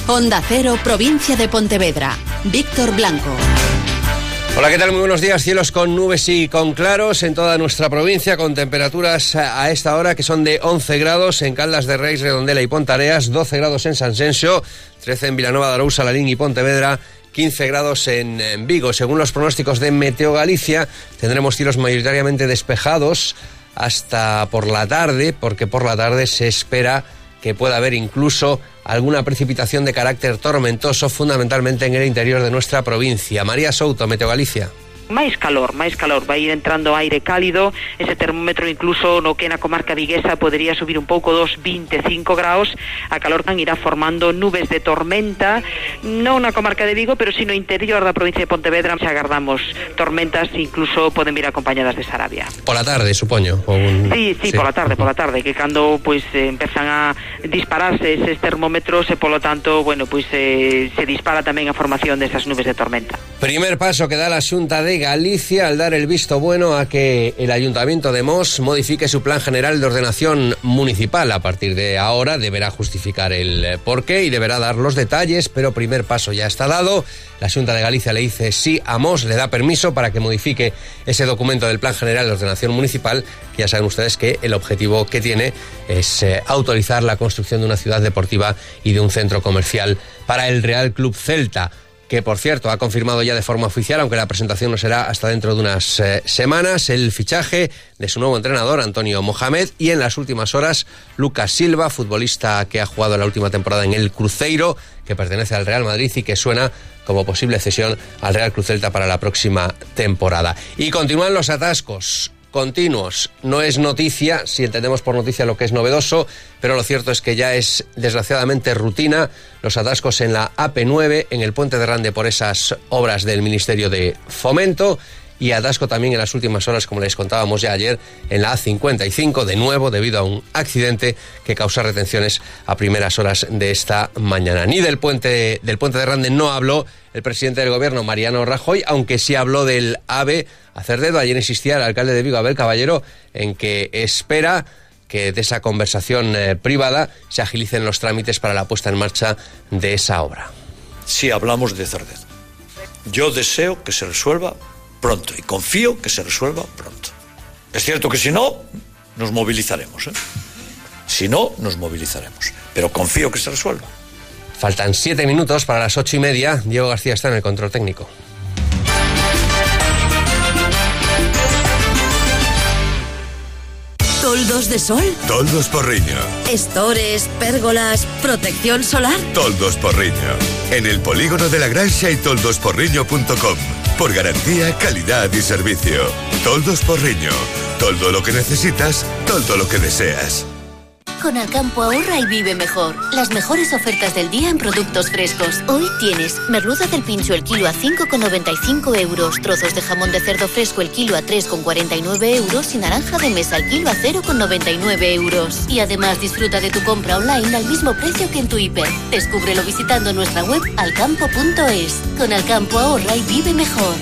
Onda Cero, provincia de Pontevedra. Víctor Blanco. Hola, ¿qué tal? Muy buenos días. Cielos con nubes y con claros en toda nuestra provincia, con temperaturas a esta hora que son de 11 grados en Caldas de Reis, Redondela y Pontareas, 12 grados en Sanxenxo, 13 en Vilanova de Arousa, Lalín y Pontevedra, 15 grados en Vigo. Según los pronósticos de Meteo Galicia, tendremos cielos mayoritariamente despejados hasta por la tarde, porque por la tarde se espera que pueda haber incluso alguna precipitación de carácter tormentoso, fundamentalmente en el interior de nuestra provincia. María Souto, Meteo Galicia. Máis calor, vai ir entrando aire cálido, ese termómetro incluso no que na comarca viguesa podería subir un pouco dos 25 graus, a calor irá formando nubes de tormenta, non na comarca de Vigo, pero si no interior da provincia de Pontevedra, xa agardamos tormentas, incluso poden vir acompañadas de Sarabia. Por la tarde, supoño. Sí, por la tarde, que cando empezan a dispararse esos termómetros e polo tanto, se dispara tamén a formación desas nubes de tormenta. Primer paso que da la Xunta de Galicia al dar el visto bueno a que el Ayuntamiento de Mos modifique su plan general de ordenación municipal. A partir de ahora deberá justificar el porqué y deberá dar los detalles, pero primer paso ya está dado. La Xunta de Galicia le dice sí a Mos, le da permiso para que modifique ese documento del plan general de ordenación municipal. Ya saben ustedes que el objetivo que tiene es autorizar la construcción de una ciudad deportiva y de un centro comercial para el Real Club Celta, que por cierto ha confirmado ya de forma oficial, aunque la presentación no será hasta dentro de unas semanas, el fichaje de su nuevo entrenador, Antonio Mohamed, y en las últimas horas, Lucas Silva, futbolista que ha jugado la última temporada en el Cruzeiro, que pertenece al Real Madrid y que suena como posible cesión al Real Club Celta para la próxima temporada. Y continúan los atascos continuos. No es noticia, si entendemos por noticia lo que es novedoso, pero lo cierto es que ya es desgraciadamente rutina los atascos en la AP9, en el Puente de Rande por esas obras del Ministerio de Fomento, y atasco también en las últimas horas, como les contábamos ya ayer, en la A55, de nuevo debido a un accidente que causa retenciones a primeras horas de esta mañana. Ni del puente de Rande no habló el presidente del gobierno, Mariano Rajoy, aunque sí habló del AVE a Cerdedo. Ayer insistía el alcalde de Vigo, Abel Caballero, en que espera que de esa conversación privada se agilicen los trámites para la puesta en marcha de esa obra. Sí hablamos de Cerdedo. Yo deseo que se resuelva pronto y confío que se resuelva pronto. Es cierto que si no, nos movilizaremos, Si no, nos movilizaremos. Pero confío que se resuelva. Faltan 7 minutos para las 8:30. Diego García está en el control técnico. ¿Toldos de sol? Toldos Porriño. Estores, pérgolas, protección solar. Toldos Porriño. En el polígono de la Granxa y toldosporriño.com. Por garantía, calidad y servicio. Toldos Porriño. Todo lo que necesitas, todo lo que deseas. Con Alcampo ahorra y vive mejor. Las mejores ofertas del día en productos frescos. Hoy tienes merluza del pincho el kilo a 5,95 euros, trozos de jamón de cerdo fresco el kilo a 3,49 euros y naranja de mesa el kilo a 0,99 euros. Y además disfruta de tu compra online al mismo precio que en tu hiper. Descúbrelo visitando nuestra web alcampo.es. Con Alcampo ahorra y vive mejor.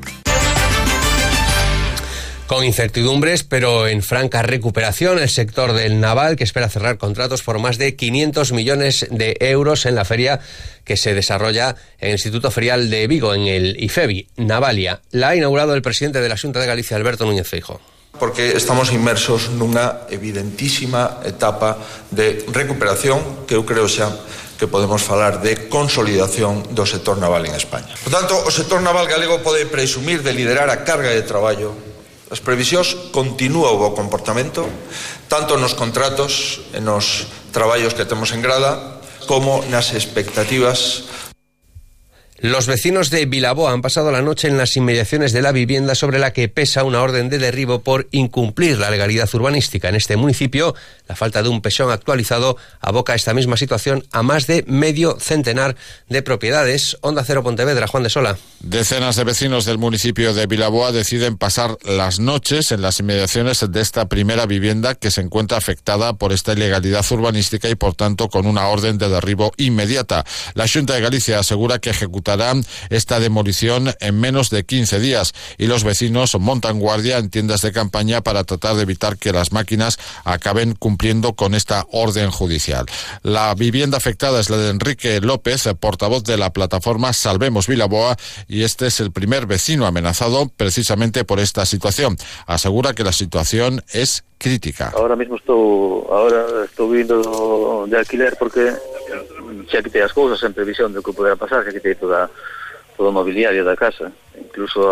Con incertidumbres, pero en franca recuperación, el sector del naval, que espera cerrar contratos por más de 500 millones de euros en la feria que se desarrolla en el Instituto Ferial de Vigo, en el IFEBI, Navalia. La ha inaugurado el presidente de la Xunta de Galicia, Alberto Núñez Feijóo. Porque estamos inmersos nunha evidentísima etapa de recuperación que eu creo xa que podemos falar de consolidación do sector naval en España. Por tanto, o sector naval galego pode presumir de liderar a carga de traballo. As previsións continúa o bo comportamento, tanto nos contratos e nos traballos que temos en grada, como nas expectativas. Los vecinos de Vilaboa han pasado la noche en las inmediaciones de la vivienda sobre la que pesa una orden de derribo por incumplir la legalidad urbanística. En este municipio, la falta de un pexón actualizado aboca esta misma situación a más de medio centenar de propiedades. Onda Cero Pontevedra, Juan de Sola. Decenas de vecinos del municipio de Vilaboa deciden pasar las noches en las inmediaciones de esta primera vivienda que se encuentra afectada por esta ilegalidad urbanística y, por tanto, con una orden de derribo inmediata. La Xunta de Galicia asegura que ejecutará ejecutarán esta demolición en menos de 15 días y los vecinos montan guardia en tiendas de campaña para tratar de evitar que las máquinas acaben cumpliendo con esta orden judicial. La vivienda afectada es la de Enrique López, portavoz de la plataforma Salvemos Vilaboa, y este es el primer vecino amenazado precisamente por esta situación. Asegura que la situación es crítica. Ahora mismo estou vivindo de alquiler porque xa quitei as cousas en previsión de que pudera pasar, xa quitei todo o mobiliario da casa, incluso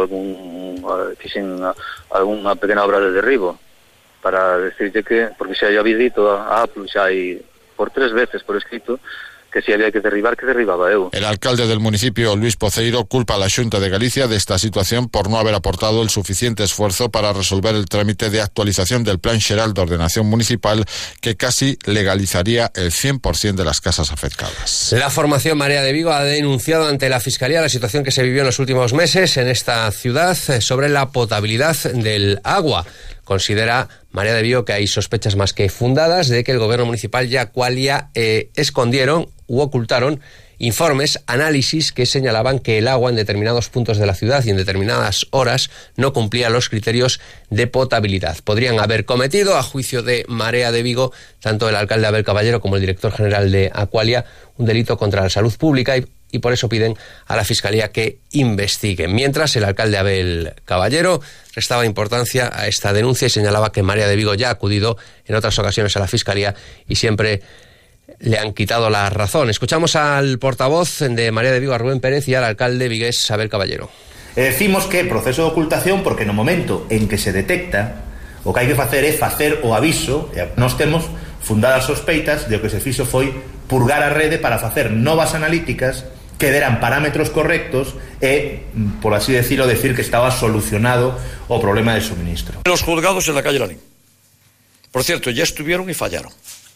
fixen algunha pequena obra de derribo para decirte que, porque xa había dito a Apple xa hai por 3 veces por escrito que si había que derribaba eu. El alcalde del municipio, Luis Poceiro, culpa a la Xunta de Galicia de esta situación por no haber aportado el suficiente esfuerzo para resolver el trámite de actualización del Plan Xeral de Ordenación Municipal, que casi legalizaría el 100% de las casas afectadas. La formación Marea de Vigo ha denunciado ante la Fiscalía la situación que se vivió en los últimos meses en esta ciudad sobre la potabilidad del agua. Considera Marea de Vigo que hay sospechas más que fundadas de que el gobierno municipal y Aqualia escondieron u ocultaron informes, análisis que señalaban que el agua en determinados puntos de la ciudad y en determinadas horas no cumplía los criterios de potabilidad. Podrían haber cometido, a juicio de Marea de Vigo, tanto el alcalde Abel Caballero como el director general de Aqualia, un delito contra la salud pública y por eso piden a la Fiscalía que investiguen. Mientras, el alcalde Abel Caballero restaba importancia a esta denuncia y señalaba que Marea de Vigo ya ha acudido en otras ocasiones a la Fiscalía y siempre le han quitado la razón. Escuchamos al portavoz de Marea de Vigo, a Rubén Pérez, y al alcalde vigués Abel Caballero. Decimos que proceso de ocultación porque no momento en que se detecta o que hai que facer é facer o aviso, e nós temos fundadas sospeitas de o que se fixo foi purgar a rede para facer novas analíticas que deran parámetros correctos e, por así decirlo, decir que estaba solucionado o problema de suministro. Los juzgados en la calle Lalín. Por cierto, ya estuvieron y fallaron.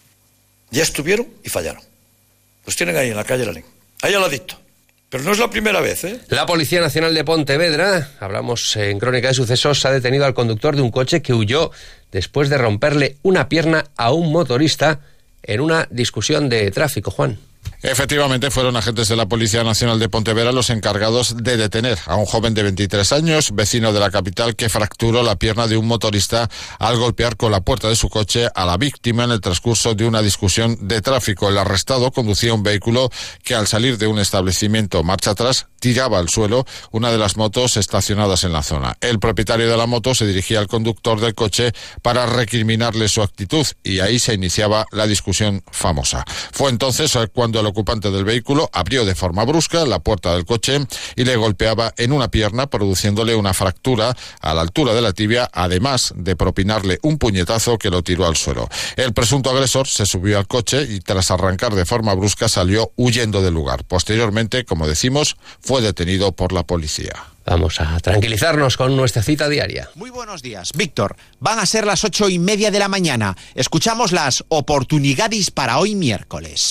Los tienen ahí en la calle Lalín. Ahí al ladito. Pero no es la primera vez, ¿eh? La Policía Nacional de Pontevedra, hablamos en Crónica de Sucesos, ha detenido al conductor de un coche que huyó después de romperle una pierna a un motorista en una discusión de tráfico, Juan. Efectivamente, fueron agentes de la Policía Nacional de Pontevedra los encargados de detener a un joven de 23 años, vecino de la capital, que fracturó la pierna de un motorista al golpear con la puerta de su coche a la víctima en el transcurso de una discusión de tráfico. El arrestado conducía un vehículo que, al salir de un establecimiento marcha atrás, tiraba al suelo una de las motos estacionadas en la zona. El propietario de la moto se dirigía al conductor del coche para recriminarle su actitud y ahí se iniciaba la discusión famosa. Fue entonces cuando el ocupante del vehículo abrió de forma brusca la puerta del coche y le golpeaba en una pierna, produciéndole una fractura a la altura de la tibia, además de propinarle un puñetazo que lo tiró al suelo. El presunto agresor se subió al coche y, tras arrancar de forma brusca, salió huyendo del lugar. Posteriormente, como decimos, fue detenido por la policía. Vamos a tranquilizarnos con nuestra cita diaria. Muy buenos días, Víctor. Van a ser las 8:30 de la mañana. Escuchamos las oportunidades para hoy miércoles.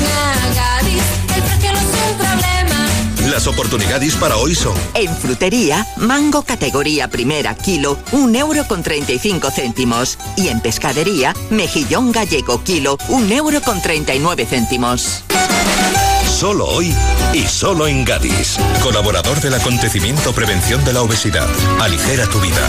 Las oportunidades para hoy son: en frutería, mango categoría primera kilo, 1,35 €. Y en pescadería, mejillón gallego kilo, 1,39 €. Solo hoy y solo en Gadis. Colaborador del acontecimiento Prevención de la Obesidad. Aligera tu vida.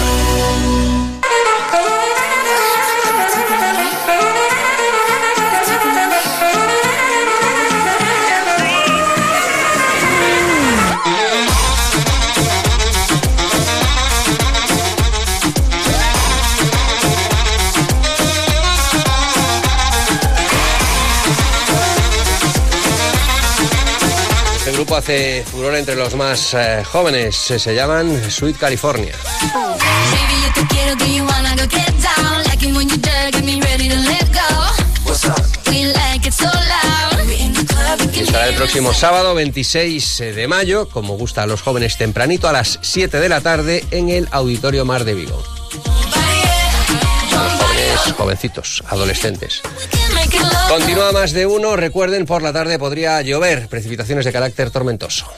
El grupo hace furor entre los más jóvenes. Se llaman Sweet California. Y estará el próximo sábado 26 de mayo, como gusta a los jóvenes, tempranito, a las 7 de la tarde en el Auditorio Mar de Vigo. A los jóvenes, jovencitos, adolescentes. Continúa Más de Uno. Recuerden, por la tarde podría llover, precipitaciones de carácter tormentoso.